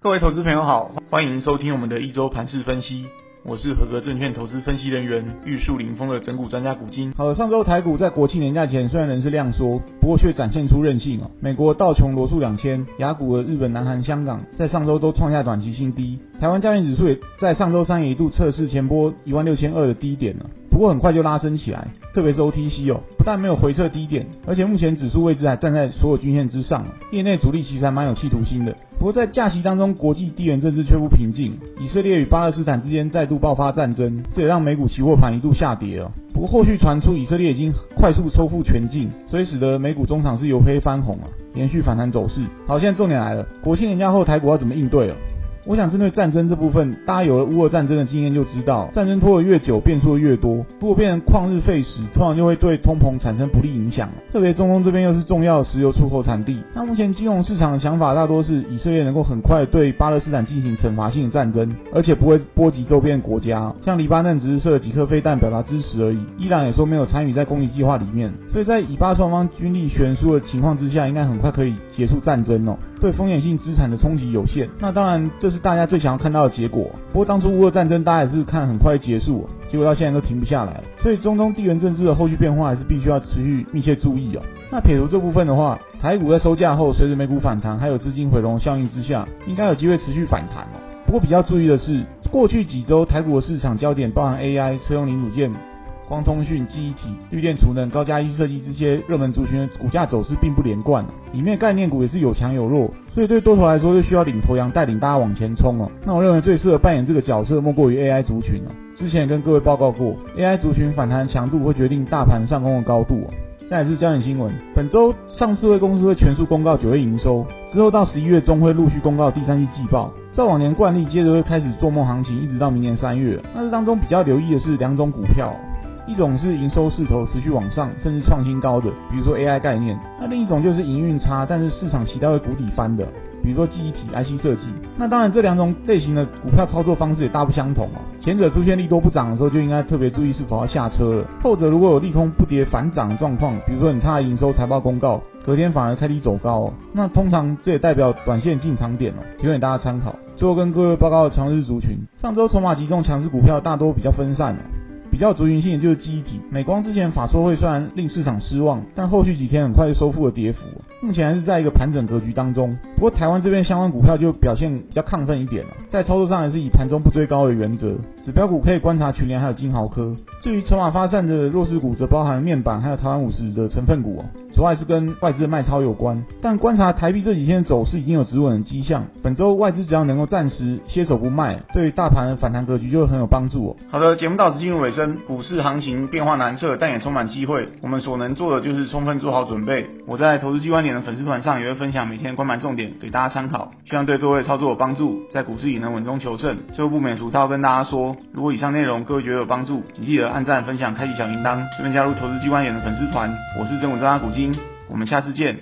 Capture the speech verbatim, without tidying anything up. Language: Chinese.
各位投资朋友好，欢迎收听我们的一周盘势分析。我是合格证券投资分析人员玉树临风的整股专家古今。 好，上周台股在国庆年假前虽然仍是量缩，不过却展现出韧性哦。美国道琼罗素两千、雅股的日本、南韩、香港在上周都创下短期新低。台湾加权指数也在上周三也一度测试前波一万六千二百的低点了，不过很快就拉升起来，特别是 O T C 哦，不但没有回撤低点，而且目前指数位置还站在所有均线之上，业内主力其实还蛮有企图心的。不过在假期当中，国际地缘政治却不平静，以色列与巴勒斯坦之间再度爆发战争，这也让美股期货盘一度下跌哦。不过后续传出以色列已经快速收复全境，所以使得美股中场是由黑翻红啊，连续反弹走势。好，现在重点来了，国庆年假后台股要怎么应对了？我想针对战争这部分，大家有了乌俄战争的经验就知道，战争拖得越久，变数的越多。如果变成旷日费时，通常就会对通膨产生不利影响。特别中东这边又是重要的石油出口产地，那目前金融市场的想法大多是以色列能够很快对巴勒斯坦进行惩罚性的战争，而且不会波及周边国家。像黎巴嫩只是射了几颗飞弹表达支持而已，伊朗也说没有参与在攻击计划里面。所以在以巴双方军力悬殊的情况之下，应该很快可以结束战争哦。对风险性资产的冲击有限，那当然这是大家最想要看到的结果。不过当初乌俄战争大家也是看很快结束，结果到现在都停不下来，所以中东地缘政治的后续变化还是必须要持续密切注意哦。那撇除这部分的话，台股在收假后，随着美股反弹还有资金回笼效应之下，应该有机会持续反弹哦。不过比较注意的是，过去几周台股的市场焦点包含 A I、车用零组件、光通讯、记忆体、绿电储能、高价一设计这些热门族群的股价走势并不连贯，里面概念股也是有强有弱，所以对多头来说就需要领头羊带领大家往前冲哦。那我认为最适合扮演这个角色莫过于 A I 族群哦。之前也跟各位报告过 ，A I 族群反弹强度会决定大盘上攻的高度哦。再来是焦点新闻，本周上市会公司会全数公告九月营收，之后到十一月中会陆续公告第三季季报。照往年惯例，接着会开始做梦行情，一直到明年三月。那这当中比较留意的是两种股票哦。一种是营收势头持续往上，甚至创新高的，比如说 A I 概念；那另一种就是营运差，但是市场期待会谷底翻的，比如说记忆体、I C 设计。那当然这两种类型的股票操作方式也大不相同哦。前者出现利多不涨的时候，就应该特别注意是否要下车了；后者如果有利空不跌反涨的状况，比如说你差的营收财报公告，隔天反而开低走高哦，那通常这也代表短线进场点哦，提供给大家参考。最后跟各位报告的强势族群，上周筹码集中强势股票大多比较分散哦。比较族群性的就是记忆体，美光之前法说会虽然令市场失望，但后续几天很快就收复了跌幅，目前还是在一个盘整格局当中。不过台湾这边相关股票就表现比较亢奋一点了，在操作上还是以盘中不追高的原则，指标股可以观察群联还有金豪科。至于筹码发散的弱势股，则包含面板还有台湾五十的成分股哦，主要还是跟外资的卖超有关。但观察台币这几天的走势已经有止稳的迹象，本周外资只要能够暂时歇手不卖，对于大盘的反弹格局就会很有帮助哦。 好的，节目到此进入尾声，股市行情变化难测，但也充满机会。我们所能做的就是充分做好准备。我在投资 G 观点的粉丝团上也会分享每天观盘重点给大家参考，希望对各位操作有帮助，在股市也能稳中求胜。最后不免俗套跟大家说，如果以上内容各位觉得有帮助，请记得按赞、分享、开启小铃铛，顺便加入投资 G 观点的粉丝团。我是整股专家古今，我们下次见。